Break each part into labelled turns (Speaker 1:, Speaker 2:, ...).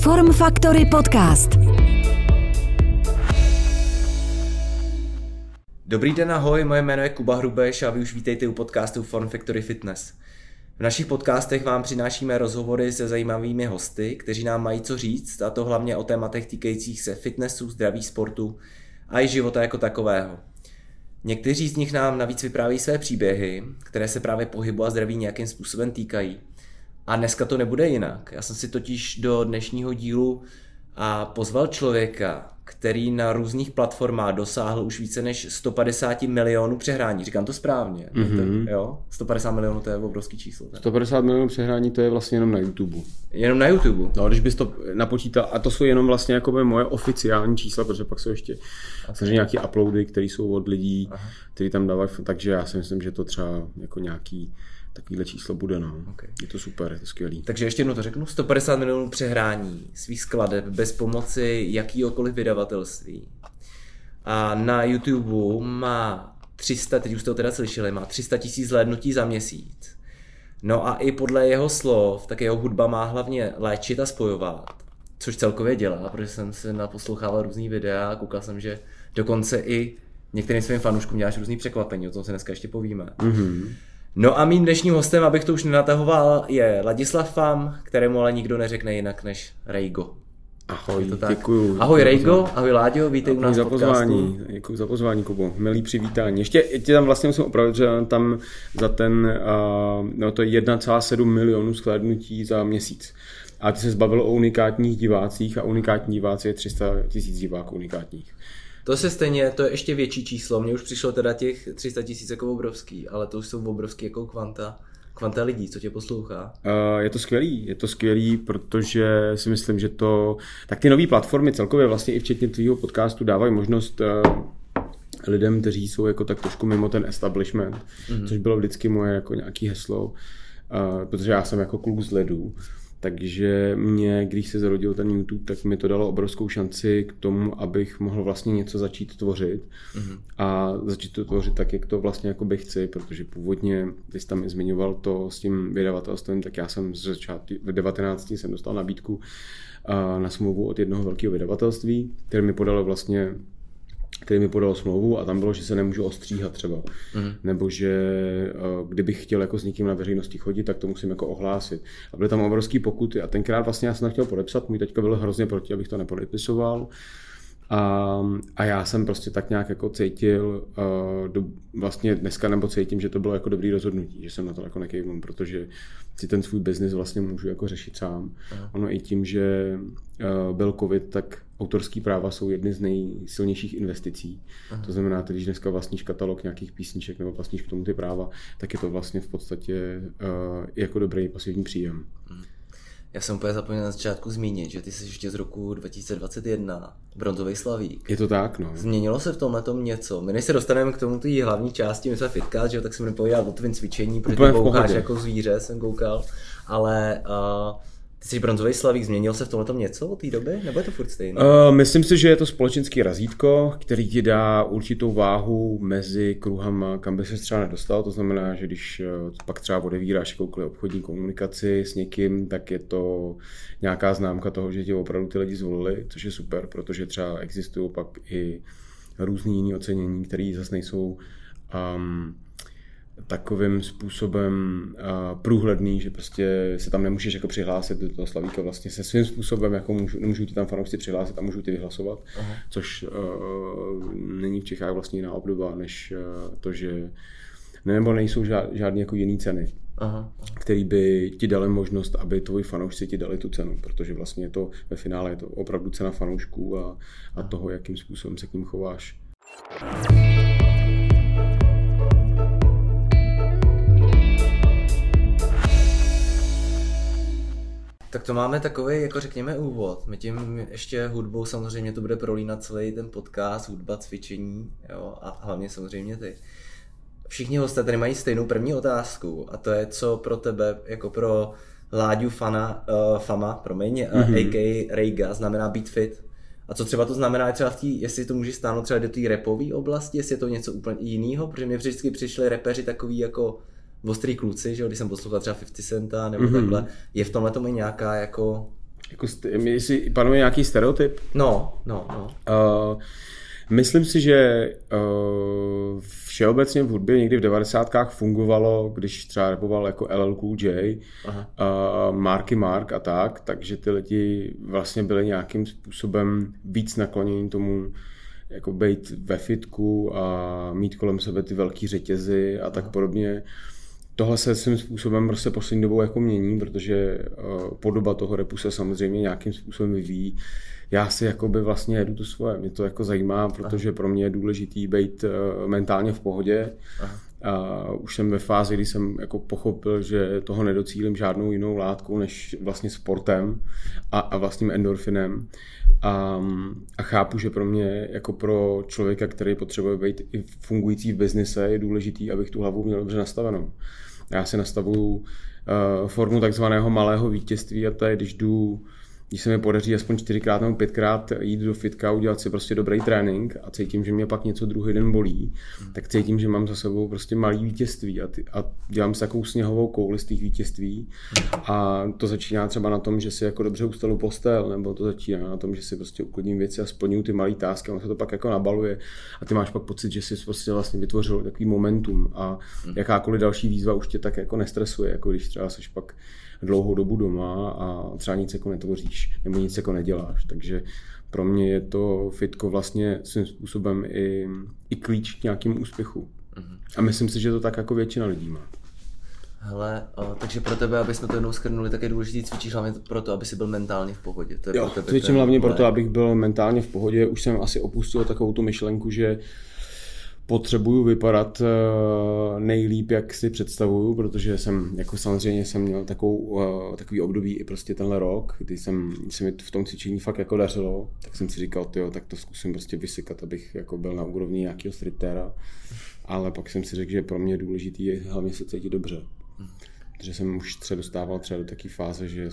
Speaker 1: Form Factory Podcast.
Speaker 2: Dobrý den, ahoj, moje jméno je Kuba Hrubeš a vy už vítejte u podcastu Form Factory Fitness. V našich podcastech vám přinášíme rozhovory se zajímavými hosty, kteří nám mají co říct, a to hlavně o tématech týkajících se fitnessu, zdraví, sportu a i života jako takového. Někteří z nich nám navíc vypráví své příběhy, které se právě pohybu a zdraví nějakým způsobem týkají. A dneska to nebude jinak. Já jsem si totiž do dnešního dílu pozval člověka, který na různých platformách dosáhl už více než 150 milionů přehrání. Říkám to správně.
Speaker 3: Mm-hmm.
Speaker 2: Jo? 150 milionů, to je obrovský číslo. Tak?
Speaker 3: 150 milionů přehrání, to je vlastně jenom na YouTube.
Speaker 2: Jenom na YouTube?
Speaker 3: No, když bys to napočítal, a to jsou jenom vlastně jako moje oficiální čísla, protože pak jsou ještě samozřejmě nějaký uploady, které jsou od lidí, kteří tam dávají, takže já si myslím, že to třeba jako nějaký takovýhle číslo bude, no. Okay. Je to super, je to skvělý.
Speaker 2: Takže ještě jednou to řeknu, 150 milionů přehrání svých skladeb bez pomoci jakýhokoliv vydavatelství. A na YouTube má 300, teď už jste to teda slyšeli, má 300 000 zhlédnutí za měsíc. No a i podle jeho slov, tak jeho hudba má hlavně léčit a spojovat, což celkově dělá, protože jsem se naposlouchával různý videa a koukal jsem, že dokonce i některým svým fanouškům děláš různý překvapení, o tom se dneska ještě povíme.
Speaker 3: Mm-hmm.
Speaker 2: No a mým dnešním hostem, abych to už nenatahoval, je Ladislav Fam, kterému ale nikdo neřekne jinak než Rejgo.
Speaker 3: Ahoj, děkuju.
Speaker 2: Ahoj Rejgo, ahoj Láďo, vítej u nás v podcastu.
Speaker 3: Děkuji za pozvání, Kubo, milý přivítání. Ještě tě tam vlastně musím opravit, že tam za ten, to je 1,7 milionů shlédnutí za měsíc. A ty se zbavil o unikátních divácích a unikátní diváci je 300 000 diváků unikátních.
Speaker 2: To se stejně, to je ještě větší číslo, mně už přišlo teda těch 300 000 jako obrovský, ale to už jsou obrovský jako kvanta lidí, co tě poslouchá.
Speaker 3: Je to skvělý, protože si myslím, že tak ty nové platformy celkově vlastně i včetně tvýho podcastu dávají možnost lidem, kteří jsou jako tak trošku mimo ten establishment, což bylo vždycky moje jako nějaký heslo, protože já jsem jako kluk z ledu. Takže mě, když se zarodil ten YouTube, tak mi to dalo obrovskou šanci k tomu, abych mohl vlastně něco začít tvořit a začít to tvořit tak, jak to vlastně jako bych chci, protože původně, když jsi tam zmiňoval to s tím vydavatelstvem, tak já jsem v 19 jsem dostal nabídku na smlouvu od jednoho velkého vydavatelství, které mi podalo smlouvu a tam bylo, že se nemůžu ostříhat třeba. Nebo že kdybych chtěl jako s někým na veřejnosti chodit, tak to musím jako ohlásit. A byly tam obrovský pokuty a tenkrát vlastně já jsem chtěl podepsat, můj teďka byl hrozně proti, abych to nepodepisoval. A já jsem prostě tak nějak jako cítil, vlastně dneska nebo cítím, že to bylo jako dobrý rozhodnutí, že jsem na to jako nekejvnul, protože si ten svůj biznis vlastně můžu jako řešit sám. Ono i tím, že byl covid, tak autorský práva jsou jedny z nejsilnějších investicí. To znamená, když dneska vlastníš katalog nějakých písniček nebo vlastníš k tomu ty práva, tak je to vlastně v podstatě jako dobrý pasivní příjem.
Speaker 2: Já jsem úplně zapomněl na začátku zmínit, že ty jsi ještě z roku 2021 bronzový slavík.
Speaker 3: Je to tak, no.
Speaker 2: Změnilo se v tomhletom něco? My než se dostaneme k tomu té hlavní části, my jsme fitcast, že jo, tak jsem nepovídal o tvým cvičení, protože ty boucháš jako zvíře, jsem koukal, ale ty jsi bronzový slavík, změnilo se v tomhletom něco od té doby, nebo je to furt stejné?
Speaker 3: Myslím si, že je to společenský razítko, který ti dá určitou váhu mezi kruhama, kam by se třeba nedostal. To znamená, že když pak třeba odevíráš jakoukoliv obchodní komunikaci s někým, tak je to nějaká známka toho, že tě opravdu ty lidi zvolili, což je super, protože třeba existují pak i různý jiný ocenění, které zase nejsou takovým způsobem průhledný, že prostě se tam nemůžeš jako přihlásit do toho slavíka vlastně se svým způsobem, jako nemůžou ti tam fanoušci přihlásit a můžou ti vyhlasovat, což není v Čechách vlastně jiná obdoba, než to, že nebo nejsou žádné jako jiné ceny, které by ti dali možnost, aby tvoji fanoušci ti dali tu cenu, protože vlastně je to ve finále je to opravdu cena fanoušků a toho, jakým způsobem se k ním chováš.
Speaker 2: Tak to máme takový, jako řekněme, úvod. My tím ještě hudbou samozřejmě to bude prolínat celý ten podcast, hudba, cvičení, jo, a hlavně samozřejmě ty. Všichni hosté tady mají stejnou první otázku a to je, co pro tebe, jako pro Láďu Fama, a.k.a. Rejga, znamená být fit. A co třeba to znamená třeba jestli to může stáhnout třeba do té rapové oblasti, jestli je to něco úplně jiného, protože mě vždycky přišli rapeři takový jako ostrý kluci, že když jsem poslouchal třeba 50 Centa nebo takhle, je v tomhle tomu nějaká jako
Speaker 3: Jako jestli panuje nějaký stereotyp?
Speaker 2: No.
Speaker 3: Myslím si, že všeobecně v hudbě někdy v 90kách fungovalo, když třeba rapoval jako LL Cool J, Marky Mark a tak, takže ty lidi vlastně byli nějakým způsobem víc nakloněni tomu, jako být ve fitku a mít kolem sebe ty velký řetězy a tak podobně. Tohle se svým způsobem prostě poslední dobou jako mění, protože podoba toho rapu se samozřejmě nějakým způsobem vyvíjí. Já si jakoby vlastně jedu to svoje, mě to jako zajímá, protože pro mě je důležitý být mentálně v pohodě. A už jsem ve fázi, kdy jsem jako pochopil, že toho nedocílím žádnou jinou látkou než vlastně sportem a vlastním endorfinem. A chápu, že pro mě, jako pro člověka, který potřebuje být i fungující v biznise, je důležitý, abych tu hlavu měl dobře nastavenou. Já si nastavuju formu takzvaného malého vítězství a to je, když se mi podaří aspoň 4x nebo 5x jít do fitka, udělat si prostě dobrý trénink a cítím, že mě pak něco druhý den bolí, tak cítím, že mám za sebou prostě malý vítězství a dělám si takovou sněhovou kouli z těch vítězství a to začíná třeba na tom, že si jako dobře ustalu postel, nebo to začíná na tom, že si prostě uklidním věci a splňuju ty malý tásky, on se to pak jako nabaluje a ty máš pak pocit, že jsi prostě vlastně vytvořil takový momentum a jakákoliv další výzva už tě tak jako nestresuje, jako když třeba seš pak dlouhou dobu doma a třeba nic jako netvoříš nebo nic jako neděláš. Takže pro mě je to fitko vlastně svým způsobem i klíč k nějakému úspěchu. A myslím si, že to tak jako většina lidí má.
Speaker 2: Hele, takže pro tebe, aby jsme to jednou shrnuli, tak je důležitý cvičíš hlavně proto, aby si byl mentálně v pohodě. To je
Speaker 3: jo, cvičím hlavně proto, abych byl mentálně v pohodě. Už jsem asi opustil takovou tu myšlenku, že potřebuju vypadat nejlíp, jak si představuju, protože jsem měl takový období i prostě tenhle rok, kdy se mi v tom cvičení fakt jako dařilo, tak jsem si říkal, tak to zkusím prostě vysykat, abych jako byl na úrovni nějakého streetéra, ale pak jsem si řekl, že pro mě je důležitý je hlavně se cítit dobře. Protože jsem už dostával třeba do takové fáze, že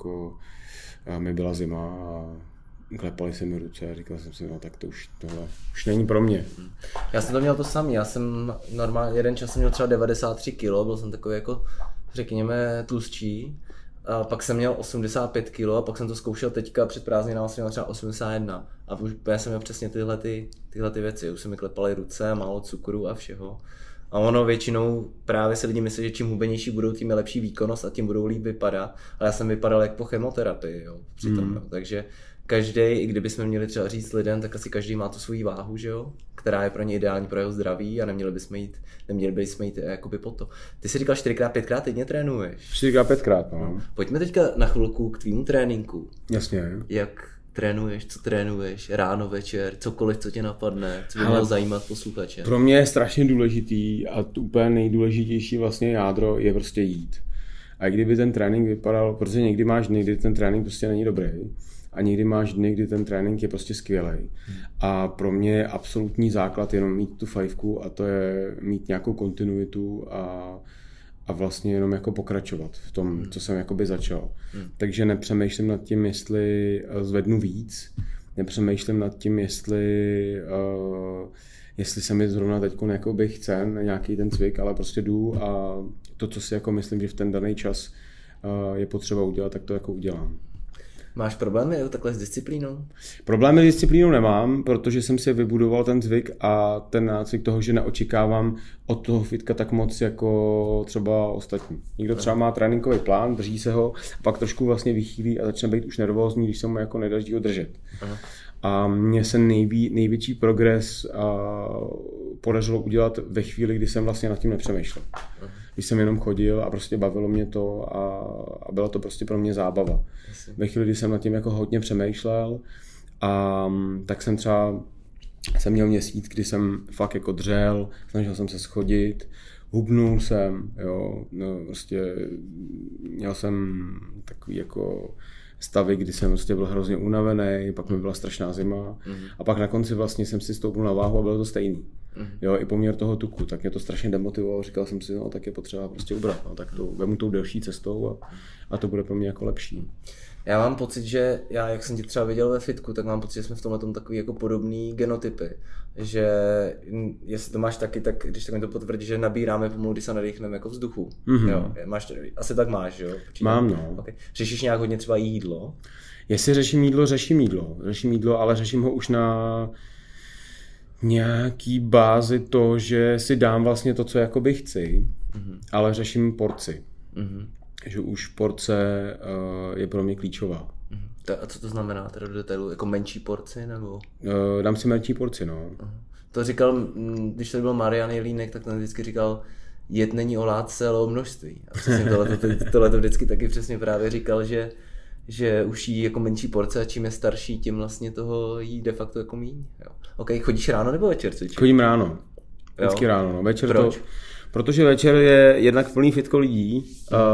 Speaker 3: mi byla zima a klepali se mi ruce a říkal jsem si, no tak tohle už není pro mě.
Speaker 2: Já jsem to měl to samý, já jsem normálně, jeden čas jsem měl třeba 93 kg, byl jsem takový jako, řekněme, tlustší, a pak jsem měl 85 kg a pak jsem to zkoušel teďka před prázdninami, jsem měl třeba 81 a už jsem měl přesně tyhle ty věci, už se mi klepaly ruce, málo cukru a všeho. A ono většinou právě se lidi myslí, že čím hubenější budou, tím je lepší výkonnost a tím budou líp vypadat, ale já jsem vypadal jak po chemoterapii, jo, přitom, jo. Takže každý, i kdybychom měli třeba říct lidem, tak asi každý má tu svoji váhu, že jo, která je pro ně ideální pro jeho zdraví a neměli bychom jít jakoby po to. Ty jsi říkal 4x, 5x týdně trénuješ.
Speaker 3: 4x, 5x, no.
Speaker 2: Pojďme teďka na chvilku k tvýmu tréninku.
Speaker 3: Jasně.
Speaker 2: Jak trénuješ, co trénuješ, ráno, večer, cokoliv, co tě napadne, co by mělo zajímat posluchače.
Speaker 3: Pro mě je strašně důležitý a úplně nejdůležitější vlastně jádro je prostě jít. A kdyby ten trénink vypadal, protože někdy ten trénink prostě není dobrý, a někdy máš dny, kdy ten trénink je prostě skvělej. A pro mě je absolutní základ jenom mít tu fajfku a to je mít nějakou kontinuitu a vlastně jenom jako pokračovat v tom, co jsem jakoby začal. Takže nepřemýšlím nad tím, jestli zvednu víc, nepřemýšlím nad tím, jestli se mi zrovna teď chce na nějaký ten cvik, ale prostě jdu a to, co si jako myslím, že v ten daný čas je potřeba udělat, tak to jako udělám.
Speaker 2: Máš problémy takhle s disciplínou?
Speaker 3: Problémy s disciplínou nemám, protože jsem si vybudoval ten zvyk a ten nácvik toho, že neočekávám od toho fitka tak moc jako třeba ostatní. Někdo třeba má tréninkový plán, drží se ho, pak trošku vlastně vychýlí a začne být už nervózní, když se mu jako nedaří ho držet. A mně se největší progres podařilo udělat ve chvíli, kdy jsem vlastně nad tím nepřemýšlel. Když jsem jenom chodil a prostě bavilo mě to a byla to prostě pro mě zábava. Ve chvíli, kdy jsem nad tím jako hodně přemýšlel, tak jsem měl měsíc, kdy jsem fakt jako dřel, snažil jsem se schodit, hubnul jsem, jo, no prostě měl jsem takový jako stavy, kdy jsem prostě byl hrozně unavený, pak mi byla strašná zima a pak na konci vlastně jsem si stoupnul na váhu a bylo to stejný. Jo, i poměr toho tuku, tak mě to strašně demotivovalo, říkal jsem si, no tak je potřeba prostě ubrat, no, tak to vemu tou delší cestou a to bude pro mě jako lepší.
Speaker 2: Já mám pocit, že já, jak jsem tě třeba viděl ve fitku, tak mám pocit, že jsme v tomhle takový jako podobný genotypy, že jestli to máš taky, tak když tak mi to potvrdí, že nabíráme pomalu, když se nadechneme jako vzduchu. Jo, máš, asi tak máš, jo?
Speaker 3: Mám, no.
Speaker 2: Okay. Řešíš nějak hodně třeba jídlo?
Speaker 3: Jestli řeším jídlo, ale řeším ho už na nějaký bázi to, že si dám vlastně to, co jakoby chci, ale řeším porci. Že už porce je pro mě klíčová.
Speaker 2: A co to znamená teda do detailu? Jako menší porci nebo?
Speaker 3: Dám si menší porci, no.
Speaker 2: To říkal, když to byl Marian Jelínek, tak ten vždycky říkal, jet není o látce, ale o množství. A přesně tohle vždycky taky přesně právě říkal, že už jí jako menší porce a čím je starší, tím vlastně toho jí de facto jako míň. Jo. Ok, chodíš ráno nebo večer cvičit?
Speaker 3: Chodím ráno. Vždycky ráno, no. Večer.
Speaker 2: Proč?
Speaker 3: Protože večer je jednak plný fitko lidí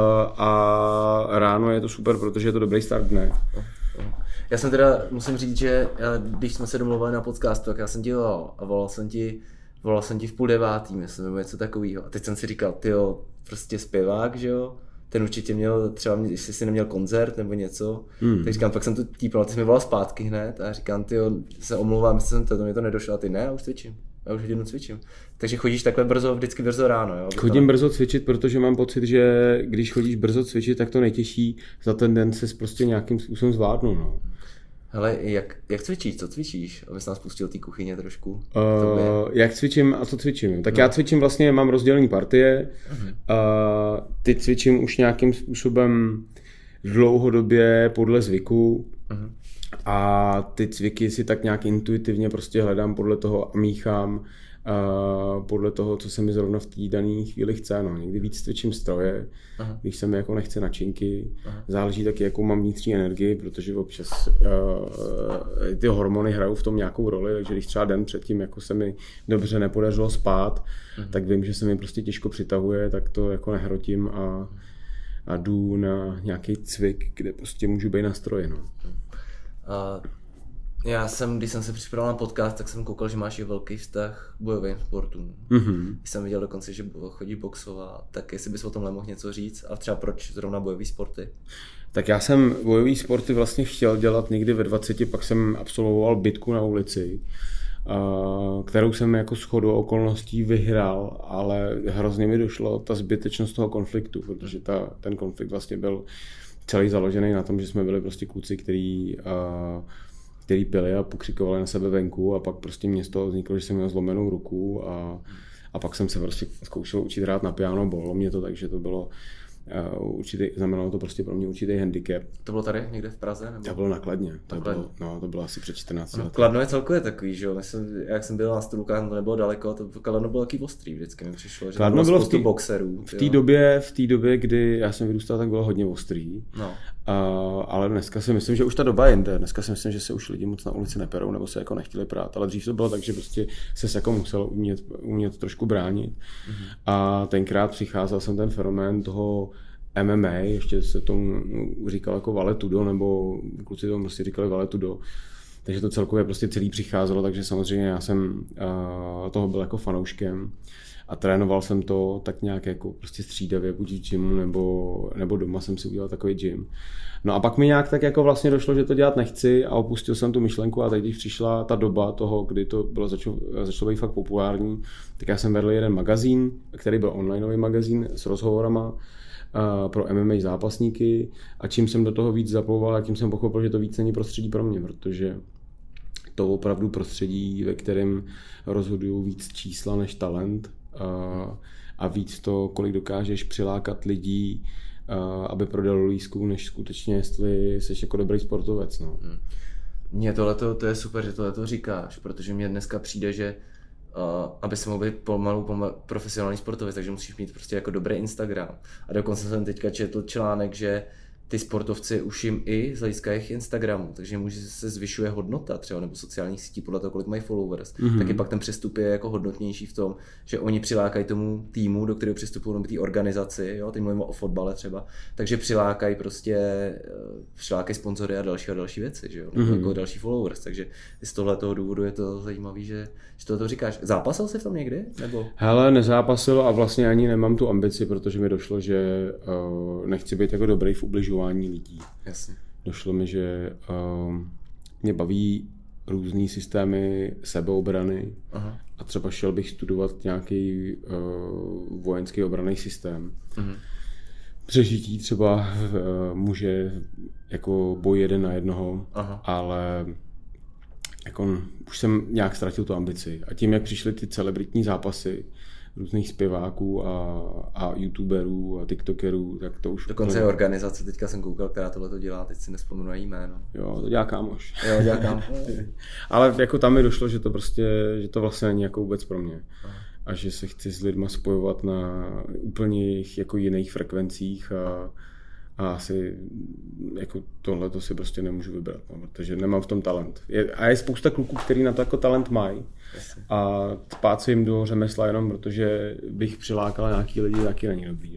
Speaker 3: a ráno je to super, protože je to dobrý start dne.
Speaker 2: Já jsem teda, musím říct, že když jsme se domluvili na podcastu, tak já jsem ti volal a volal jsem ti v 8:30, myslím, nebo něco takového. A teď jsem si říkal, tyjo, prostě zpěvák, že jo? Ten určitě měl třeba, jestli si neměl koncert nebo něco, tak říkám, pak jsem to típnul, ty jsi mi volal zpátky hned a říkám, tyjo, se omlouvám, jestli to mě to nedošlo a ty ne, já už cvičím. Já už hodinu cvičím. Takže chodíš takhle vždycky brzo ráno, jo?
Speaker 3: Chodím brzo cvičit, protože mám pocit, že když chodíš brzo cvičit, tak to nejtěžší za ten den se prostě nějakým způsobem zvládnu, no.
Speaker 2: Hele, jak cvičíš? Co cvičíš? Abys nás pustil té kuchyně trošku.
Speaker 3: Jak cvičím a co cvičím? Tak já cvičím vlastně, mám rozdělený partie. Ty cvičím už nějakým způsobem dlouhodobě podle zvyku. A ty cviky si tak nějak intuitivně prostě hledám podle toho a míchám podle toho, co se mi zrovna v té dané chvíli chce. No. Někdy víc cvičím stroje, když se mi jako nechce načinky. Záleží taky, jakou mám vnitřní energii, protože občas ty hormony hrajou v tom nějakou roli, takže když třeba den předtím jako se mi dobře nepodařilo spát, tak vím, že se mi prostě těžko přitahuje, tak to jako nehrotím a jdu na nějaký cvik, kde prostě můžu být na stroji. No.
Speaker 2: Když jsem se připravil na podcast, tak jsem koukal, že máš i velký vztah k bojovým sportům. Když jsem viděl dokonce, že chodí boxovat, tak jestli bys o tomhle mohl něco říct a třeba proč zrovna bojový sporty?
Speaker 3: Tak já jsem bojový sporty vlastně chtěl dělat někdy ve 20, pak jsem absolvoval bitku na ulici, kterou jsem jako shodou okolností vyhrál, ale hrozně mi došlo ta zbytečnost toho konfliktu, protože ten konflikt vlastně byl celý založený na tom, že jsme byli prostě kluci, který pili a pokřikovali na sebe venku a pak prostě mě z toho vzniklo, že jsem měl zlomenou ruku a pak jsem se prostě zkoušel učit hrát na piano, bolelo mě to, takže to bylo znamenalo to prostě pro mě určitý handicap.
Speaker 2: To bylo tady někde v Praze? Nebo?
Speaker 3: To bylo na Kladně. To bylo asi před 14 lety.
Speaker 2: Kladno je celkově takový, že jo? Jak jsem byl na Stolukách, to nebylo daleko, to Kladno bylo takový ostrý vždycky mi přišlo, že
Speaker 3: Kladno bylo
Speaker 2: spoustu boxerů.
Speaker 3: V té době, kdy já jsem vyrůstal, tak bylo hodně ostrý. No. Ale dneska si myslím, že už ta doba jinde. Dneska si myslím, že se už lidi moc na ulici neperou nebo se jako nechtěli prát, ale dřív to bylo tak, že prostě se jako musel umět trošku bránit. A tenkrát přicházel jsem ten fenomén toho MMA, ještě se tomu říkal jako valetudo, nebo kluci tomu prostě říkali valetudo. Takže to celkově prostě celý přicházelo, takže samozřejmě já jsem toho byl jako fanouškem a trénoval jsem to tak nějak jako prostě střídavě, buď v gymu, nebo doma jsem si udělal takový gym. No a pak mi nějak tak jako vlastně došlo, že to dělat nechci a opustil jsem tu myšlenku a teď, když přišla ta doba toho, kdy to bylo začalo být fakt populární, tak já jsem vedl jeden magazín, který byl onlineový magazín s rozhovorama pro MMA zápasníky a čím jsem do toho víc zaplouval a tím jsem pochopil, že to víc není prostředí pro mě, protože to opravdu prostředí, ve kterém rozhodují víc čísla než talent a víc to, kolik dokážeš přilákat lidí, aby prodal lístků, než skutečně, jestli jsi jako dobrý sportovec. No.
Speaker 2: Mně tohleto, to je super, že tohleto říkáš, protože mně dneska přijde, že aby se mohl být pomalu profesionální sportovec, takže musíš mít prostě jako dobrý Instagram. A dokonce jsem teďka četl článek, že ty sportovci už jim i z hlediska jejich Instagramu, takže může se zvyšuje hodnota třeba nebo sociálních sítí podle toho, kolik mají followers, taky pak ten přestup je jako hodnotnější v tom, že oni přilákají tomu týmu, do kterého přistupují, nebo té organizaci, jo, teď mluvím o fotbale třeba, takže přilákají sponzory a další věci, že jo, nebo jako další followers, takže z tohoto důvodu je to zajímavý, že to říkáš. Zápasil jsi v tom někdy? Nebo?
Speaker 3: Hele, nezápasil a vlastně ani nemám tu ambici, protože mi došlo, že nechci být jako dobrý v ubližování lidí.
Speaker 2: Jasně.
Speaker 3: Došlo mi, že mě baví různý systémy sebeobrany. Aha. A třeba šel bych studovat nějaký vojenský obranný systém. Přežití třeba může jako boj 1 na 1, ale jako už jsem nějak ztratil tu ambici. A tím, jak přišly ty celebritní zápasy různých zpěváků a youtuberů a tiktokerů, tak to už...
Speaker 2: Dokonce je organizace, teďka jsem koukal, která tohle dělá, teď si nespomenu na jméno.
Speaker 3: Jo, to dělá kámoš.
Speaker 2: Jo, dělá kámoš.
Speaker 3: Ale jako tam mi došlo, že to vlastně není jako vůbec pro mě. A že se chci s lidma spojovat na úplně jako jiných frekvencích a asi jako tohle to si prostě nemůžu vybrat, protože nemám v tom talent. Je spousta kluků, který na to jako talent mají a spát se jim do řemesla jenom protože bych přilákal nějaký lidi, taky není dobrý.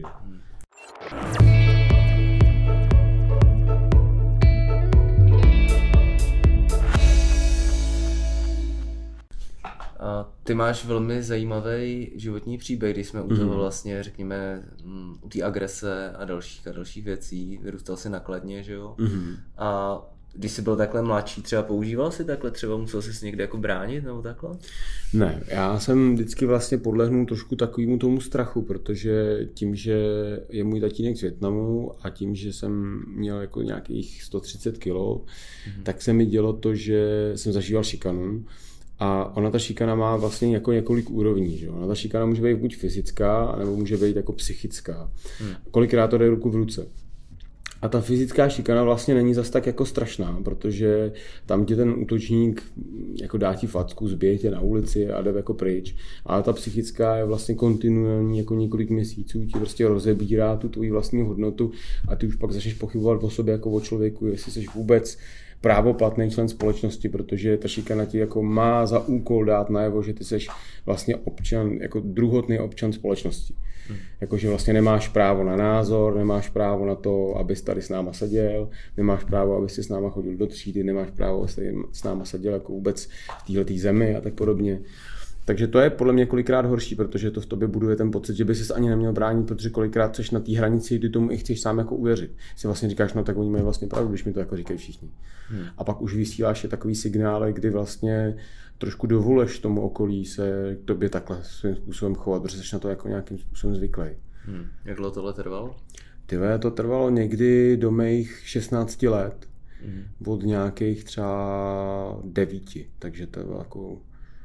Speaker 2: A ty máš velmi zajímavý životní příběh, když jsme u toho vlastně, řekněme, u té agrese a dalších věcí, vyrůstal jsi na Kladně, že jo? A když jsi byl takhle mladší, třeba používal jsi takhle, třeba musel jsi někde jako bránit nebo takhle?
Speaker 3: Ne, já jsem vždycky vlastně podlehnul trošku takovému tomu strachu, protože tím, že je můj tatínek z Vietnamu a tím, že jsem měl jako nějakých 130 kg, tak se mi dělo to, že jsem zažíval šikanu. A ona ta šikana má vlastně jako několik úrovní. Že? Ona ta šikana může být buď fyzická, nebo může být jako psychická. Kolikrát to jde ruku v ruce. A ta fyzická šikana vlastně není zas tak jako strašná, protože tam tě ten útočník jako dá ti facku, zbije tě na ulici a jde jako pryč. Ale ta psychická je vlastně kontinuální, jako několik měsíců ti prostě rozebírá tu tvoji vlastní hodnotu a ty už pak začneš pochybovat o sobě jako o člověku, jestli jsi vůbec právoplatný člen společnosti, protože ta šikana ti jako má za úkol dát najevo, že ty jsi vlastně občan, jako druhotný občan společnosti. Jakože vlastně nemáš právo na názor, nemáš právo na to, abys tady s náma seděl, nemáš právo, abys si s náma chodil do třídy, nemáš právo, abys tady s náma seděl jako vůbec v téhletý zemi a tak podobně. Takže to je podle mě kolikrát horší, protože to v tobě buduje ten pocit, že by ses ani neměl bránit, protože kolikrát seš na té hranici, kdy tomu i chceš sám jako uvěřit. Si vlastně říkáš, no tak oni mají vlastně pravdu, když mi to jako říkají všichni. A pak už vysíláš je takový signály, kdy vlastně trošku dovoleš tomu okolí se k tobě takhle svým způsobem chovat, protože jsi na to jako nějakým způsobem zvyklý.
Speaker 2: Jak dlouho tohle trvalo?
Speaker 3: To trvalo někdy do mých 16 let, od nějakých třeba 9, takže to bylo jako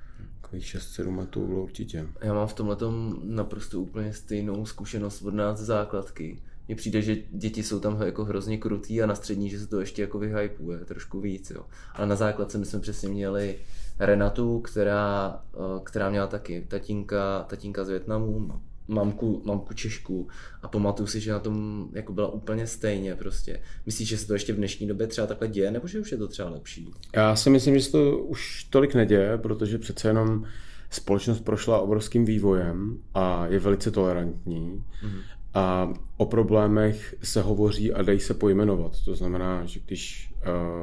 Speaker 3: 6-7 letů bylo určitě.
Speaker 2: Já mám v tomhletom naprosto úplně stejnou zkušenost od nás z základky. Mně přijde, že děti jsou tam jako hrozně krutý a na střední, že se to ještě jako vyhypuje trošku víc. Jo. Ale na základce my jsme přesně měli Renatu, která měla taky tatínka z Vietnamu, mamku Češku a pamatuju si, že na tom jako byla úplně stejně prostě. Myslíš, že se to ještě v dnešní době třeba takhle děje, nebo že už je to třeba lepší?
Speaker 3: Já si myslím, že se to už tolik neděje, protože přece jenom společnost prošla obrovským vývojem a je velice tolerantní. A o problémech se hovoří a dají se pojmenovat. To znamená, že když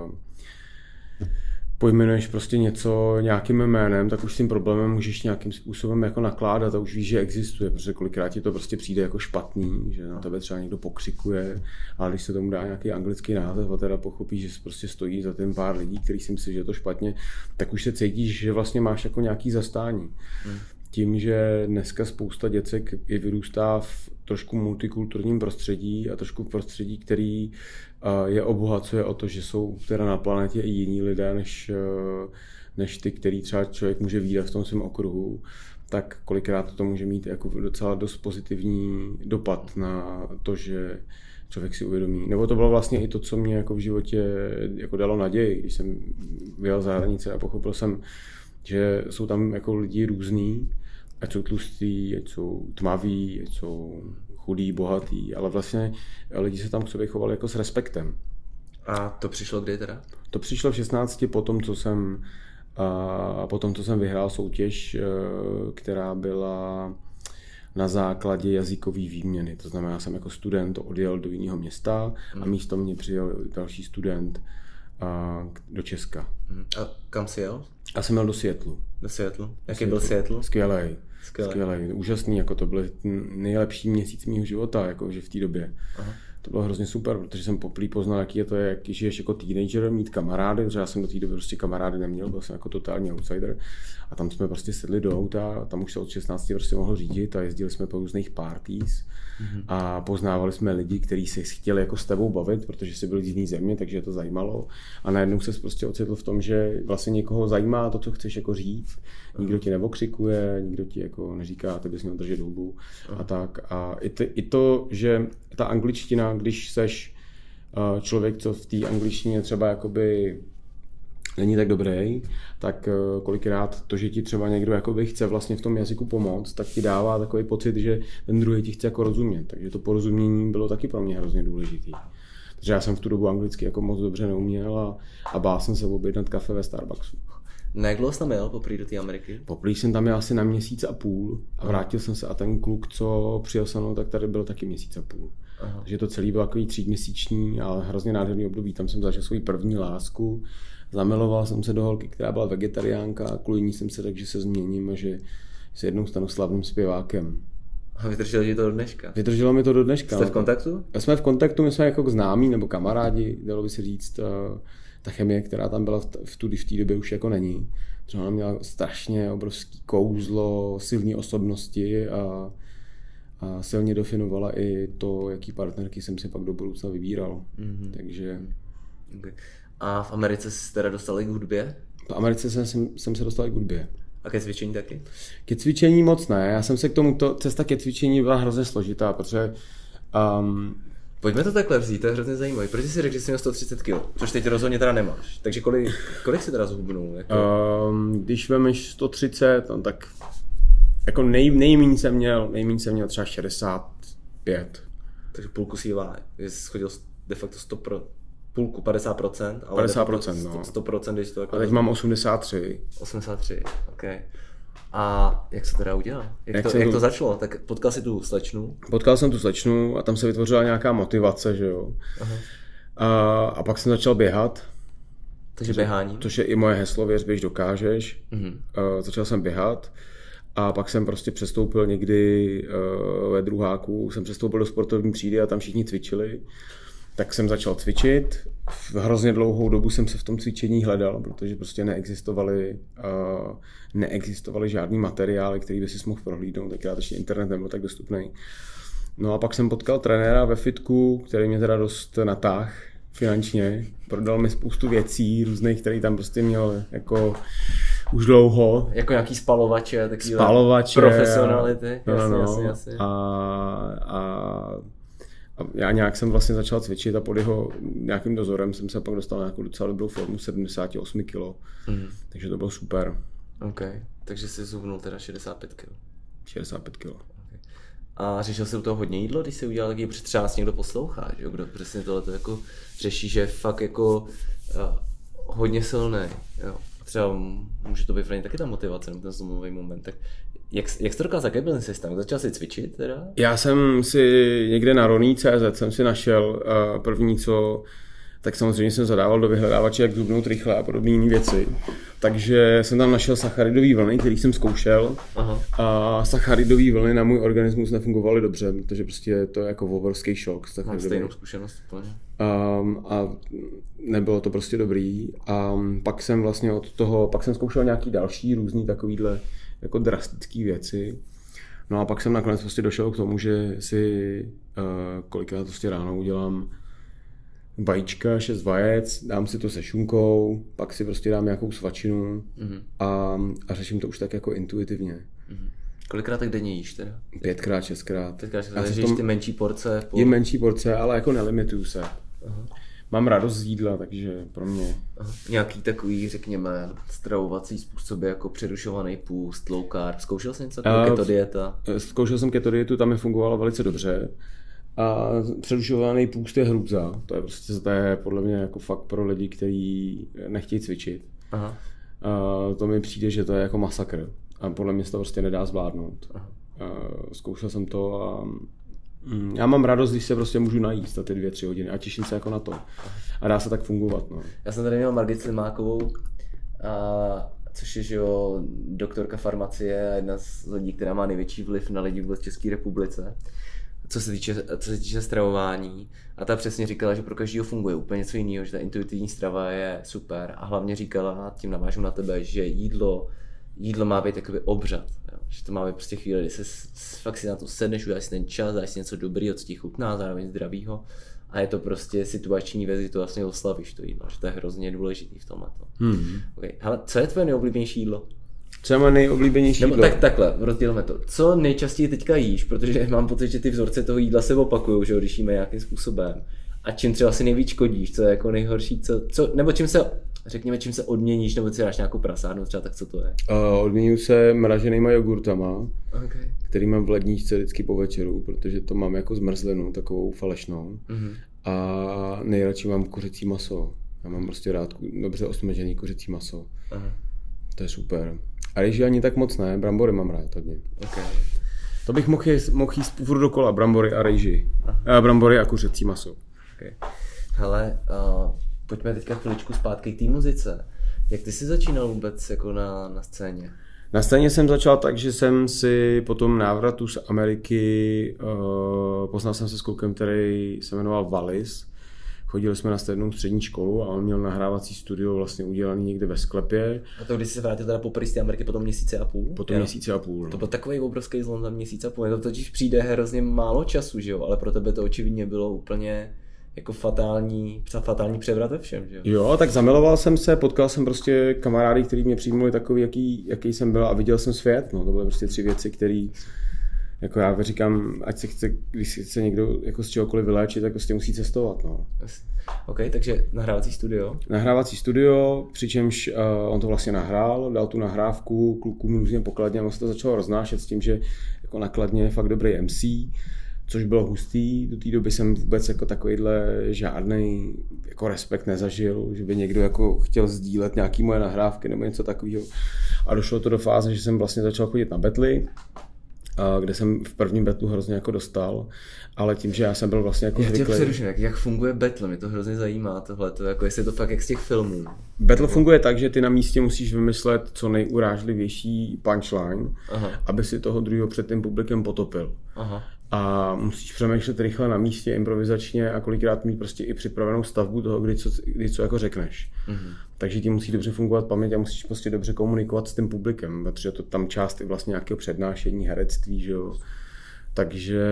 Speaker 3: pojmenuješ prostě něco nějakým jménem, tak už s tím problémem můžeš nějakým způsobem jako nakládat a už víš, že existuje, protože kolikrát ti to prostě přijde jako špatný, že na tebe třeba někdo pokřikuje, ale když se tomu dá nějaký anglický název a teda pochopíš, že prostě stojí za tím pár lidí, který si myslí, že je to špatně, tak už se cítíš, že vlastně máš jako nějaký zastání. Tím, že dneska spousta děcek i vyrůstá v trošku multikulturním prostředí a trošku v prostředí, který je obohacuje o to, že jsou teda na planetě i jiní lidé, než ty, který třeba člověk může vidět v tom svém okruhu, tak kolikrát to může mít jako docela dost pozitivní dopad na to, že člověk si uvědomí. Nebo to bylo vlastně i to, co mě jako v životě jako dalo naději, když jsem vyjel za hranice a pochopil jsem, že jsou tam jako lidi různý, ať jsou tlustí, ať jsou tmaví, ať jsou chudý, bohatý, ale vlastně lidi se tam k sobě chovali jako s respektem.
Speaker 2: A to přišlo kdy teda?
Speaker 3: To přišlo v 16 po tom, co jsem vyhrál soutěž, která byla na základě jazykové výměny. To znamená, já jsem jako student odjel do jiného města a místo mě přijel další student do Česka.
Speaker 2: A kam jsi jel?
Speaker 3: Já jsem jel do Seattlu.
Speaker 2: Do Seattlu? Jaký byl Seattle?
Speaker 3: Skvělej. Úžasný, jako to byl nejlepší měsíc mýho života, jakože v té době. Aha. To bylo hrozně super, protože jsem poprvé poznal, jaký je to, jak žiješ jako teenager, mít kamarády, protože já jsem do té doby prostě kamarády neměl, byl jsem jako totální outsider. A tam jsme prostě sedli do auta, tam už se od 16 prostě mohl řídit a jezdili jsme po různých parties a poznávali jsme lidi, kteří se chtěli jako s tebou bavit, protože jsi byl z jiné země, takže je to zajímalo. A najednou se prostě ocitl v tom, že vlastně někoho zajímá to, co chceš jako říct. Nikdo ti neokřikuje, nikdo ti jako neříká, ty bys měl držet hubu a tak. A i to, že ta angličtina, když seš člověk, co v té angličtině třeba jakoby není tak dobrý, tak kolikrát to, že ti třeba někdo jakoby chce vlastně v tom jazyku pomoct, tak ti dává takový pocit, že ten druhý ti chce jako rozumět. Takže to porozumění bylo taky pro mě hrozně důležitý. Protože já jsem v tu dobu anglicky jako moc dobře neuměl a bál jsem se objednat kafe ve Starbucksu.
Speaker 2: Na jak dlouho jsi tam jel poprvé do té Ameriky?
Speaker 3: Poprvé jsem tam jel asi na měsíc a půl a vrátil jsem se a ten kluk, co přijel se mnou, tak tady byl taky měsíc a půl. Aha. Takže to celý bylo takový 3měsíční, ale hrozně nádherný období. Tam jsem zažil svou první lásku, zamiloval jsem se do holky, která byla vegetariánka a kvůli ní jsem se řekl, že se změním a že se jednou stanu slavným zpěvákem.
Speaker 2: A vydrželo ti to do dneška?
Speaker 3: Vydrželo mi to do dneška.
Speaker 2: Jste v kontaktu?
Speaker 3: Jsme v kontaktu, my jsme jako známí nebo kamarádi, dalo by se říct. Ta chemie, která tam byla v té době už jako není. Třeba ona měla strašně obrovský kouzlo, silné osobnosti a silně definovala i to, jaký partnerky jsem si pak do budoucna vybíral. Takže...
Speaker 2: Okay. A v Americe jsi teda dostal i k hudbě?
Speaker 3: V Americe jsem se dostal i k hudbě.
Speaker 2: A ke cvičení taky?
Speaker 3: Ke cvičení moc ne. Já jsem se k tomuto, cesta ke cvičení byla hrozně složitá, protože...
Speaker 2: Pojďme to takhle vzít, to je hrozně zajímavé. Proč jsi řekl, že jsi měl 130 kg? Což teď rozhodně teda nemáš. Takže kolik jsi teda zhubnul? Jako...
Speaker 3: Když vemeš 130, no, tak jako nejméně jsem měl třeba 65.
Speaker 2: Takže půlku si váhy. Jsi schodil de facto půlku 50%, ale
Speaker 3: 50%, no.
Speaker 2: 100%, když to jako...
Speaker 3: A teď mám 83.
Speaker 2: 83, ok. A jak se teda udělal? Jak to začalo? Tak potkal jsi tu slečnu?
Speaker 3: Potkal jsem tu slečnu a tam se vytvořila nějaká motivace, že jo. A pak jsem začal běhat.
Speaker 2: Takže běhání?
Speaker 3: Což je i moje heslo, věř, běž dokážeš. Začal jsem běhat a pak jsem prostě přestoupil někdy ve druháku, jsem přestoupil do sportovní třídy a tam všichni cvičili. Tak jsem začal cvičit. V hrozně dlouhou dobu jsem se v tom cvičení hledal, protože prostě neexistovaly žádný materiály, který by si mohl prohlídnout, tenkrát ještě internet nebyl tak dostupný. No a pak jsem potkal trenéra ve fitku, který mě teda dost natáhl finančně. Prodal mi spoustu věcí různých, který tam prostě měl jako už dlouho.
Speaker 2: Jako nějaký spalovače, takové profesionality. Jasně.
Speaker 3: A já nějak jsem vlastně začal cvičit a pod jeho nějakým dozorem jsem se pak dostal na nějakou docela dobrou formu 78 kg. Takže to bylo super.
Speaker 2: OK, takže jsi zhubnul teda 65 kg.
Speaker 3: 65 kg. Okay.
Speaker 2: A řešil jsi u toho hodně jídlo, když jsi udělal taky, protože třeba někdo poslouchá, že jo? Kdo přesně tohleto jako řeší, že je fakt jako hodně silný. Jo? Třeba může to být taky ta motivace, nebo ten zlomový moment. Tak jak jsi to dokázal, jaký byl ten systém? Začal jsi cvičit teda?
Speaker 3: Já jsem si někde na Roný.cz jsem si našel první co, tak samozřejmě jsem zadával do vyhledávače, jak zhubnout rychle a podobné jiné věci. Takže jsem tam našel sacharidové vlny, které jsem zkoušel. Aha. A sacharidové vlny na můj organismus nefungovaly dobře, protože prostě to je jako obrovský šok.
Speaker 2: Mám stejnou zkušenost úplně.
Speaker 3: A nebylo to prostě dobrý. A pak jsem vlastně pak jsem zkoušel nějaký další různý takovýhle jako drastické věci. No a pak jsem nakonec prostě došel k tomu, že si kolikrát prostě ráno udělám vajíčka, 6 vajec, dám si to se šunkou, pak si prostě dám nějakou svačinu a řeším to už tak jako intuitivně.
Speaker 2: Kolikrát tak denně jíš teda?
Speaker 3: 5x, 6x.
Speaker 2: Takže jíš ty menší porce?
Speaker 3: Jím menší porce, ale jako nelimituju se. mám radost z jídla, takže pro mě...
Speaker 2: Aha. Nějaký takový, řekněme, stravovací způsoby jako přerušovaný půst, low carb. Zkoušel jsi něco jako keto dieta?
Speaker 3: Zkoušel jsem keto dietu, tam mi fungovala velice dobře. A přerušovaný půst je hrůza. To je podle mě jako fakt pro lidi, kteří nechtějí cvičit.
Speaker 2: Aha.
Speaker 3: To mi přijde, že to je jako masakr. A podle mě se to prostě nedá zvládnout. Zkoušel jsem to a já mám radost, když se prostě můžu najíst za ty 2-3 hodiny a těším se jako na to. A dá se tak fungovat. No.
Speaker 2: Já jsem tady měl Margit Slimákovou, což je, že jo, doktorka farmacie a jedna z lidí, která má největší vliv na lidi vůbec v České republice, co se týče stravování. A ta přesně říkala, že pro každého funguje úplně něco jiného, že ta intuitivní strava je super. A hlavně říkala, tím navážu na tebe, že jídlo má být takový obřad. Jo? Že to má být prostě chvíle, kdy se fakt si na to sedneš, uděláš si ten čas, dáš si něco dobrýho, co ti chutná, zároveň zdravýho. A je to prostě situační věc, kdy to vlastně oslavíš to jídlo, že to je hrozně důležitý v tomhle. Okay. Hele, co je tvoje nejoblíbenější jídlo?
Speaker 3: Co je moje nejoblíbenější jídlo?
Speaker 2: Takhle, rozdělíme to. Co nejčastěji teďka jíš, protože mám pocit, že ty vzorce toho jídla se opakujou, že když jíme nějakým způsobem. A čím třeba si nejvíc škodíš, co je jako nejhorší, nebo čím se odměníš, nebo si dáš nějakou prasárnu třeba, tak co to je?
Speaker 3: Odměňuji se mraženýma jogurtama,
Speaker 2: okay.
Speaker 3: který mám v ledničce vždycky po večeru, protože to mám jako zmrzlinu, takovou falešnou. Mm-hmm. A nejradši mám kuřecí maso. Já mám prostě rád dobře osmažený kuřecí maso. Aha. To je super. A rejži ani tak moc ne, brambory mám rád hodně.
Speaker 2: Okay.
Speaker 3: To bych mohl jíst furt dokola, brambory a rejži. Brambory a kuřecí maso.
Speaker 2: Okay. Hele, pojďme teďka chviličku zpátky k té muzice. Jak ty jsi začínal vůbec jako na scéně?
Speaker 3: Na scéně jsem začal tak, že jsem si po tom návratu z Ameriky poznal jsem se s klukem, který se jmenoval Valis. Chodili jsme na stejnou střední školu a on měl nahrávací studio vlastně udělaný někde ve sklepě.
Speaker 2: A to když jsi se vrátil teda poprvé z té Ameriky po tom měsíce a půl?
Speaker 3: Po tom měsíci a půl. No.
Speaker 2: To byl takový obrovský zlom za měsíc a půl. To totiž přijde hrozně málo času, že jo? Ale pro tebe to očividně bylo úplně jako fatální převrat ve všem, že jo?
Speaker 3: Jo, tak zamiloval jsem se, potkal jsem prostě kamarády, kteří mě přijmuli takový, jaký jsem byl a viděl jsem svět. No, to byly prostě 3 věci, které jako já říkám, ať se chce, když se chce někdo jako z čehokoliv vyléčit, tak prostě musí cestovat. No.
Speaker 2: OK, takže nahrávací studio?
Speaker 3: Nahrávací studio, přičemž on to vlastně nahrál, dal tu nahrávku klukům různě pokladně a on se to začal roznášet s tím, že jako nakladně je fakt dobrý MC, což bylo hustý. Do té doby jsem vůbec jako takovýhle žádnej jako respekt nezažil, že by někdo jako chtěl sdílet nějaký moje nahrávky nebo něco takového. A došlo to do fáze, že jsem vlastně začal chodit na betly, kde jsem v prvním betlu hrozně jako dostal, ale tím, že já jsem byl vlastně jako
Speaker 2: zvyklý. Já tě přeruším, jak funguje betl, mě to hrozně zajímá tohleto, jako jestli je to fakt jak z těch filmů.
Speaker 3: Betl funguje tak, že ty na místě musíš vymyslet co nejurážlivější punchline, aby si toho druhého před tím publikem potopil. Aha. A musíš přemýšlet rychle na místě, improvizačně a kolikrát mít prostě i připravenou stavbu toho, kdy co jako řekneš. Mm-hmm. Takže ti musí dobře fungovat paměť a musíš prostě dobře komunikovat s tím publikem, protože to tam část je vlastně nějakého přednášení, herectví, že jo. Takže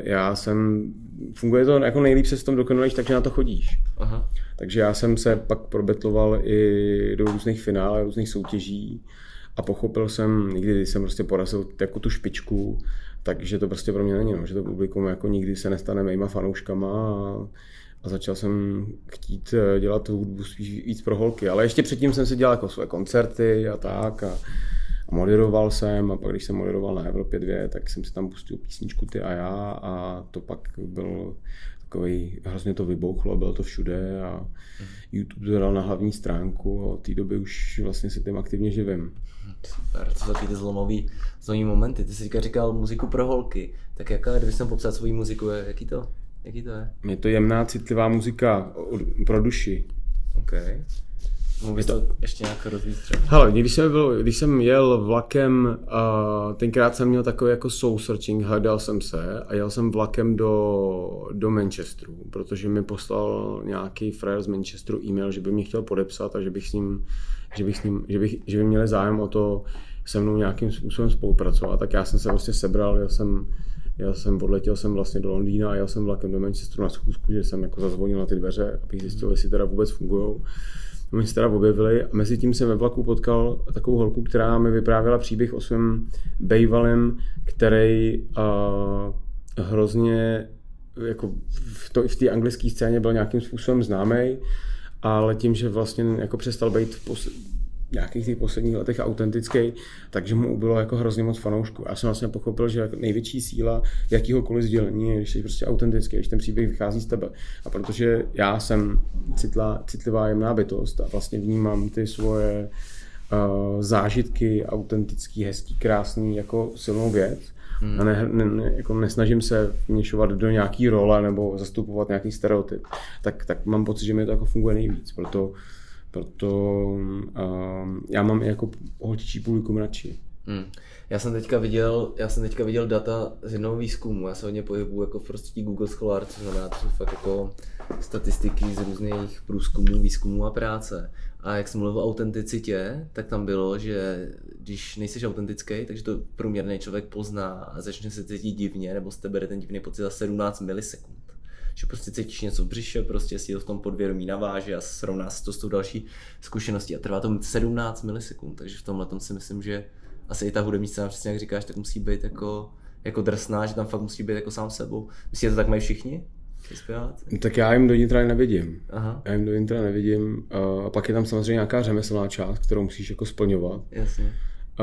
Speaker 3: funguje to jako nejlíp se s tom dokonalíš, takže na to chodíš. Aha. Takže já jsem se pak probetloval i do různých finále, různých soutěží a pochopil jsem, někdy když jsem prostě porazil jako tu špičku, takže to prostě pro mě není, no, že to publikum jako nikdy se nestane mýma fanouškama a začal jsem chtít dělat hudbu víc pro holky, ale ještě předtím jsem si dělal jako své koncerty a tak a moderoval jsem a pak když jsem moderoval na Evropě 2, tak jsem si tam pustil písničku Ty a já a to pak byl takový, hrozně to vybouchlo, bylo to všude a YouTube to dal na hlavní stránku a od té doby už vlastně se tím aktivně živím.
Speaker 2: Super, co za ty zlomový momenty. Ty jsi říkal muziku pro holky, tak jaká, kdybych jsem popsal svou muziku, jaký to je?
Speaker 3: Je to jemná, citlivá muzika pro duši.
Speaker 2: OK. Můžeš to ještě nějak rozvíjet třeba?
Speaker 3: Hele, když jsem jel vlakem, tenkrát jsem měl takový jako soul searching, hledal jsem se a jel jsem vlakem do Manchesteru, protože mi poslal nějaký frajer z Manchesteru e-mail, že by mě chtěl podepsat a že by měli zájem o to se mnou nějakým způsobem spolupracovat, tak já jsem se prostě sebral, odletěl jsem vlastně do Londýna a jel jsem vlakem do Manchesteru na schůzku, že jsem jako zazvonil na ty dveře, abych zjistil, jestli teda vůbec fungujou. Oni se teda objevili a mezi tím jsem ve vlaku potkal takovou holku, která mi vyprávěla příběh o svém bejvalem, který hrozně jako v té anglické scéně byl nějakým způsobem známý, ale tím, že vlastně jako přestal být v nějakých těch posledních letech autentický, takže mu ubylo jako hrozně moc fanoušků. Já jsem vlastně pochopil, že největší síla jakýhokoliv sdělení je, když jsi prostě autentický, když ten příběh vychází z tebe. A protože já jsem citlivá jemná bytost a vlastně vnímám ty svoje zážitky autentický, hezký, krásný jako silnou věc, a jako nesnažím se vměšovat do nějaký role nebo zastupovat nějaký stereotyp, tak mám pocit, že mi to jako funguje nejvíc. Proto já mám i jako holčičí publikum radši.
Speaker 2: Já jsem teďka viděl data z jednoho výzkumu. Já se hodně pohybuju jako v prostředí Google Scholar, což znamená, to jsou fakt jako statistiky z různých průzkumů, výzkumů a práce. A jak jsem mluvil o autenticitě, tak tam bylo, že když nejsi autentický, takže to průměrný člověk pozná a začne se cítit divně, nebo z tebe bere ten divný pocit za 17 milisekund. Že prostě cítíš něco v břiše, prostě si to v tom podvědomí naváže a srovná se to s tou další zkušeností a trvá to 17 milisekund, takže v tomhle tom si myslím, že asi i ta hudební scéna, přesně jak říkáš, tak musí být jako drsná, že tam fakt musí být jako sám sebou. Myslíte, že to tak mají všichni?
Speaker 3: Tak já jim do nitra nevidím. A pak je tam samozřejmě nějaká řemeslná část, kterou musíš jako splňovat.
Speaker 2: Jasně.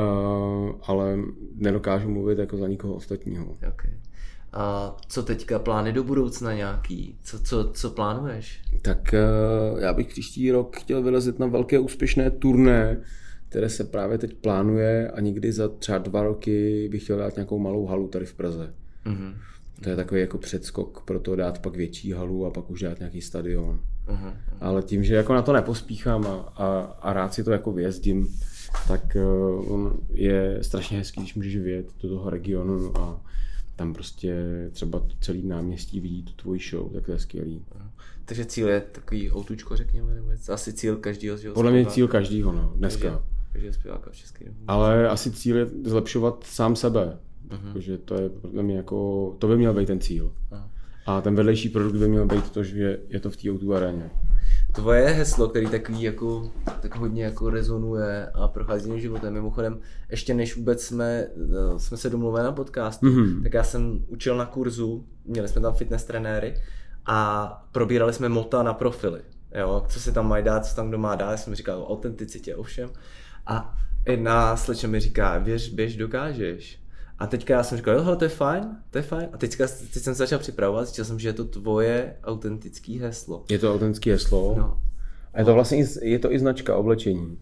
Speaker 3: Ale nedokážu mluvit jako za nikoho ostatního.
Speaker 2: Okay. A co teďka, plány do budoucna nějaký? Co plánuješ?
Speaker 3: Tak já bych příští rok chtěl vyrazit na velké úspěšné turné, které se právě teď plánuje a někdy za třeba 2 roky bych chtěl dát nějakou malou halu tady v Praze. Mm-hmm. To je takový jako předskok pro to dát pak větší halu a pak už dát nějaký stadion. Mm-hmm. Ale tím, že jako na to nepospíchám a rád si to jako vyjezdím, tak on je strašně hezký, když můžeš vyjet do toho regionu a tam prostě třeba celý náměstí vidí tu tvoji show, tak to je skvělý.
Speaker 2: Takže cíl je takový autůčko, řekněme, nebo asi cíl každého, že
Speaker 3: podle mě cíl každého, no, dneska.
Speaker 2: Takže zpěváka v České republice.
Speaker 3: Ale asi cíl je zlepšovat sám sebe. Takže to je podle mě jako, to by měl být ten cíl. Aha. A ten vedlejší produkt by měl být to, že je to v té O2 aréně.
Speaker 2: Tvoje heslo, který tak hodně jako rezonuje a prochází mým životem. Mimochodem, ještě než vůbec jsme se domluvili na podcastu, tak já jsem učil na kurzu, měli jsme tam fitness trenéry a probírali jsme mota na profily. Jo, co si tam mají dát, co tam kdo má dát, já jsem říkal o autenticitě, ovšem. A jedna slečna mi říká, běž, dokážeš. A teďka já jsem říkal, jo, hele, to je fajn. A teď jsem se začal připravovat, zjistil jsem, že je to tvoje autentické heslo.
Speaker 3: Je to autentické heslo?
Speaker 2: No.
Speaker 3: A je to vlastně je to i značka oblečení.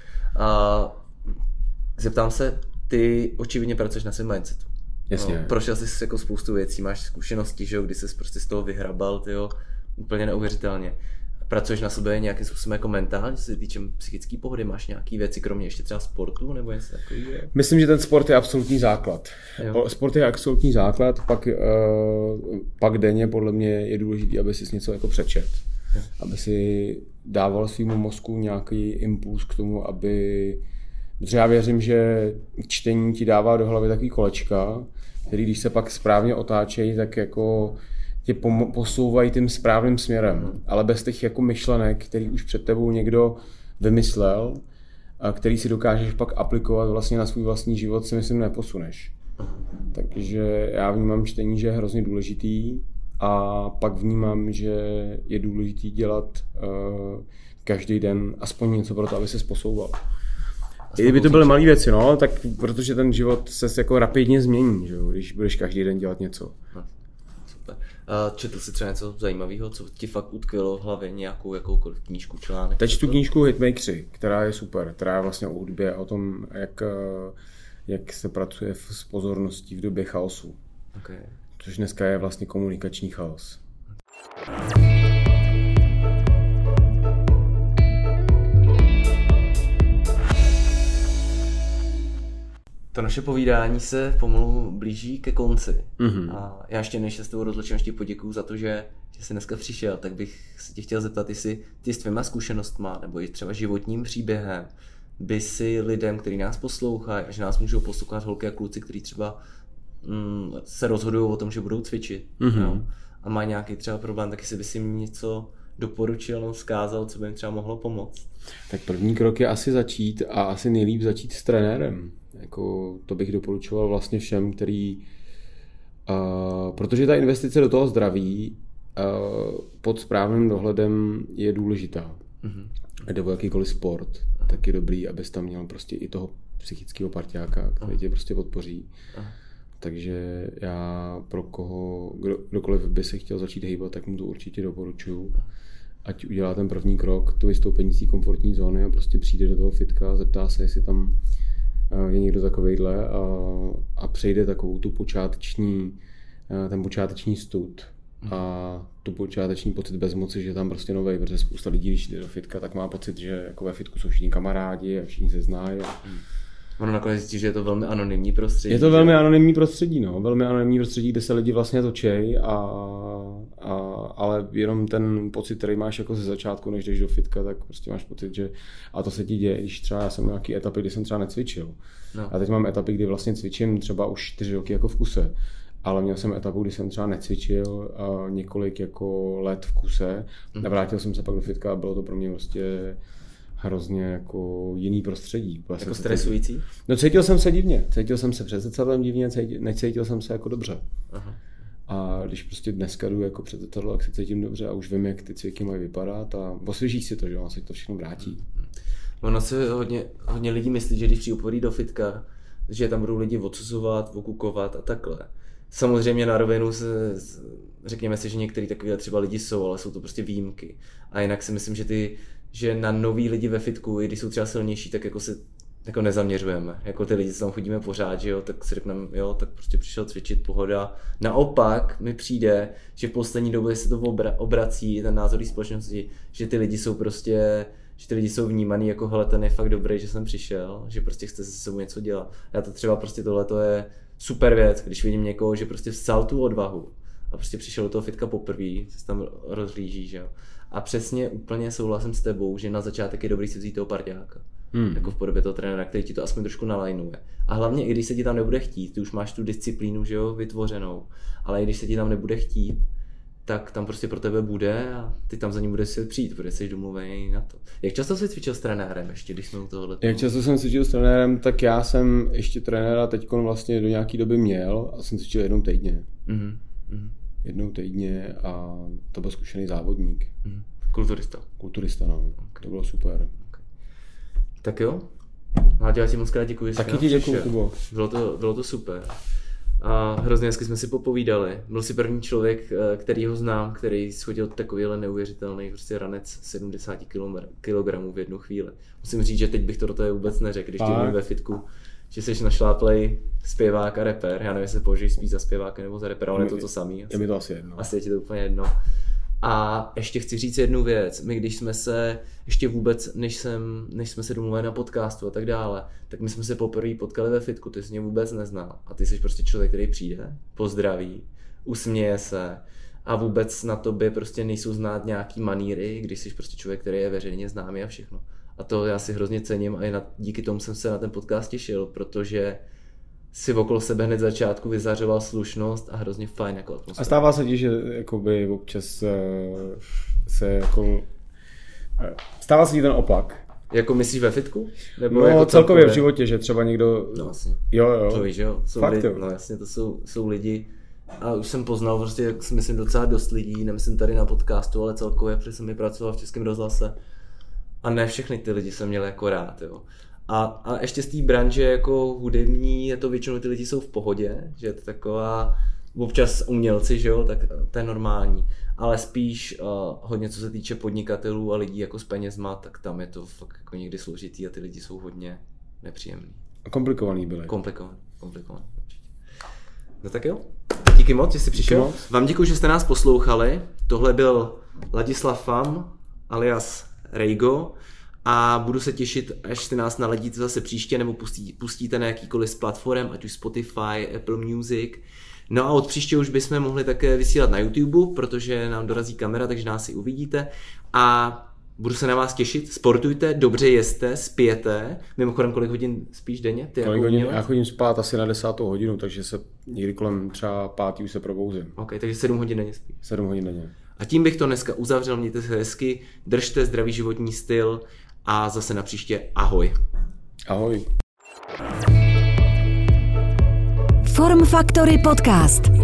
Speaker 2: A zeptám se, ty očividně pracuješ na svém mindsetu.
Speaker 3: Jasně.
Speaker 2: No, prošel jsi jako spoustu věcí, máš zkušenosti, že jo, kdy jsi prostě z toho vyhrabal, tyjo, úplně neuvěřitelně. Pracuješ na sobě nějakým způsobem jako mentálně, co se týče psychické pohody, máš nějaké věci, kromě ještě třeba sportu, nebo něco takového?
Speaker 3: Myslím, že ten sport je absolutní základ.
Speaker 2: Jo.
Speaker 3: Sport je absolutní základ, pak denně podle mě je důležité, aby si něco jako přečet. Jo. Aby si dával svýmu mozku nějaký impuls k tomu, protože já věřím, že čtení ti dává do hlavy takový kolečka, který když se pak správně otáčejí, tak jako tě posouvají tím správným směrem, ale bez těch jako myšlenek, který už před tebou někdo vymyslel a který si dokážeš pak aplikovat vlastně na svůj vlastní život, si myslím neposuneš. Takže já vnímám čtení, že je hrozně důležitý a pak vnímám, že je důležitý dělat každý den aspoň něco pro to, aby se posouval. I kdyby to byly malé věci, no, tak protože ten život se jako rapidně změní, že jo, když budeš každý den dělat něco.
Speaker 2: A četl jsi třeba něco zajímavého, co ti fakt utkvělo v hlavě, nějakou jakoukoliv knížku, článek?
Speaker 3: Teď tu knížku Hitmakeri, která je super, která je vlastně o hudbě a o tom, jak se pracuje s pozorností v době chaosu.
Speaker 2: Okay.
Speaker 3: Což dneska je vlastně komunikační chaos.
Speaker 2: To naše povídání se pomalu blíží ke konci.
Speaker 3: Mm-hmm.
Speaker 2: A já ještě než se s tebou rozloučím, ještě poděkuju za to, že jsi dneska přišel, tak bych se tě chtěl zeptat, jestli ty s tvýma zkušenostma nebo i třeba životním příběhem by si lidem, kteří nás poslouchají a že nás můžou poslouchat holky a kluci, kteří třeba se rozhodují o tom, že budou cvičit, jo, a mají nějaký třeba problém, tak jestli by si jim něco doporučil nebo vzkázal, co by jim třeba mohlo pomoct.
Speaker 3: Tak první krok je asi začít a asi nejlíp začít s trenérem. Jako to bych doporučoval vlastně všem, který Protože ta investice do toho zdraví pod správným dohledem je důležitá. Nebo jakýkoliv sport, tak je dobrý, abys tam měl prostě i toho psychického parťáka, který tě prostě podpoří. Takže já pro kdokoliv by se chtěl začít hýbat, tak mu to určitě doporučuju. Ať udělá ten první krok, to vystoupení z té komfortní zóny a prostě přijde do toho fitka a zeptá se, jestli tam je někdo takovejhle a přejde takovou tu ten počáteční stud a tu počáteční pocit bezmoci, že je tam prostě novej, protože spousta lidí, když jde do fitka, tak má pocit, že jako ve fitku jsou všichni kamarádi a všichni se znají.
Speaker 2: Ono nakonec zjistí, že je to velmi anonymní prostředí.
Speaker 3: Je to velmi anonymní prostředí, no. Velmi anonymní prostředí, kde se lidi vlastně točí, ale jenom ten pocit, který máš jako ze začátku, než jdeš do fitka, tak prostě máš pocit, že a to se ti děje, když třeba já jsem měl nějaký etapy, kdy jsem třeba necvičil. No. A teď mám etapy, kdy vlastně cvičím třeba už 4 roky jako v kuse. Ale měl jsem etapu, kdy jsem třeba necvičil několik jako let v kuse a vrátil jsem se pak do fitka a bylo to pro mě prostě hrozně jako jiný prostředí.
Speaker 2: Jako stresující?
Speaker 3: No cítil jsem se divně, cítil jsem se před zrcadlem divně, necítil jsem se jako dobře. Aha. A když prostě dneska jdu jako před zrcadlo, tak se cítím dobře a už vím, jak ty cviky mají vypadat a osvěžíš si to, že on se to všechno vrátí.
Speaker 2: Ono se hodně lidí myslí, že když přijde do fitka, že tam budou lidi odsuzovat, okukovat a takhle. Samozřejmě na rovinu řekněme si, že některý takový třeba lidi jsou, ale jsou to prostě výjimky. A jinak si myslím, že na nový lidi ve fitku, i když jsou třeba silnější, tak jako se jako nezaměřujeme. Jako ty lidi, co tam chodíme pořád, že jo, tak si řekneme, jo, tak prostě přišel cvičit, pohoda. Naopak mi přijde, že v poslední době se to obrací, ten názor společnosti, že ty lidi jsou prostě, že ty lidi jsou vnímaný jako, hele, ten je fakt dobrý, že jsem přišel, že prostě chce se sebou něco dělat. Já to třeba prostě tohleto je super věc, když vidím někoho, že prostě vzal tu odvahu a prostě přišel do toho fitka poprvé, se tam rozhlíží, že jo. A přesně úplně souhlasím s tebou, že na začátek je dobrý si vzít toho parťáka. Jako v podobě toho trenéra, který ti to aspoň trošku nalajnuje. A hlavně i když se ti tam nebude chtít, ty už máš tu disciplínu, že jo, vytvořenou, ale i když se ti tam nebude chtít, tak tam prostě pro tebe bude a ty tam za ním budeš si přijít, protože jsi domluvený na to. Jak často jsi cvičil s trenérem ještě, když jsme u tohohle?
Speaker 3: Jak často jsem cvičil s trenérem, tak já jsem ještě trenéra teďkon vlastně do nějaký doby měl a jsem cvičil jednou týdně. Jednou týdně a to byl zkušený závodník. Kulturista, no. Okay. To bylo super. Okay.
Speaker 2: Tak jo. Láďo, já ti moc krát děkuji.
Speaker 3: Taky ti děkuji, Kubo.
Speaker 2: Bylo to super. A hrozně hezky jsme si popovídali. Byl jsi první člověk, který ho znám, který schodil takovýhle neuvěřitelný prostě ranec 70 kg v jednu chvíli. Musím říct, že teď bych to do toho vůbec neřekl, když tě vidím ve fitku, že jsi našláplej zpěvák a rapper. Já nevím, jestli se považuješ spíš za zpěváka nebo za rapper, ale je to samý.
Speaker 3: Je mi to asi jedno.
Speaker 2: Asi je ti to úplně jedno. A ještě chci říct jednu věc. My když jsme se, ještě vůbec, než jsme se domluvili na podcastu a tak dále, tak my jsme se poprvé potkali ve fitku, ty jsi mě vůbec neznal. A ty jsi prostě člověk, který přijde, pozdraví, usměje se a vůbec na tobě prostě nejsou znát nějaký maníry, když jsi prostě člověk, který je veřejně známý a všechno. A to já si hrozně cením a díky tomu jsem se na ten podcast těšil, protože si okolo sebe hned začátku vyzařoval slušnost a hrozně fajn jako atmosféra.
Speaker 3: A stává se ti, že jakoby občas se jako... Stává se ti ten opak?
Speaker 2: Jako myslíš ve fitku?
Speaker 3: Nebo no jako celkově v životě, že třeba někdo...
Speaker 2: No vlastně.
Speaker 3: Jo.
Speaker 2: To víš, jo. No jasně, to jsou lidi. A už jsem poznal prostě, jak si myslím, docela dost lidí, nemyslím tady na podcastu, ale celkově, protože jsem pracoval v Českém rozhlase. A ne všechny ty lidi jsem měl jako rád, jo. A ještě z té branže jako hudební, je to většinou ty lidi jsou v pohodě, že je to taková, občas umělci, že jo, tak to je normální. Ale spíš hodně co se týče podnikatelů a lidí jako s penězma, tak tam je to fakt jako někdy složitý a ty lidi jsou hodně nepříjemný.
Speaker 3: A komplikovaný byly.
Speaker 2: Komplikovaný, určitě. No tak jo, díky moc, že jsi přišel. Vám děkuji, že jste nás poslouchali. Tohle byl Ladislav Fam, alias Rejgo. A budu se těšit, až se nás naladíte zase příště nebo pustíte na jakýkoliv z platform, ať už Spotify, Apple Music. No a od příště už bychom mohli také vysílat na YouTube, protože nám dorazí kamera, takže nás si uvidíte. A budu se na vás těšit, sportujte, dobře jeste, spěte. Mimochodem, kolik hodin spíš denně? Ty
Speaker 3: kolik hodin? Já chodím spát asi na 10. hodinu, takže se někdy kolem třeba 5. už se probouzím.
Speaker 2: Ok, takže 7 hodin denně spíš.
Speaker 3: 7 hodin denně.
Speaker 2: A tím bych to dneska uzavřel, mějte se hezky, držte zdravý životní styl a zase na příště. Ahoj.
Speaker 3: Ahoj.
Speaker 1: Form Factory Podcast.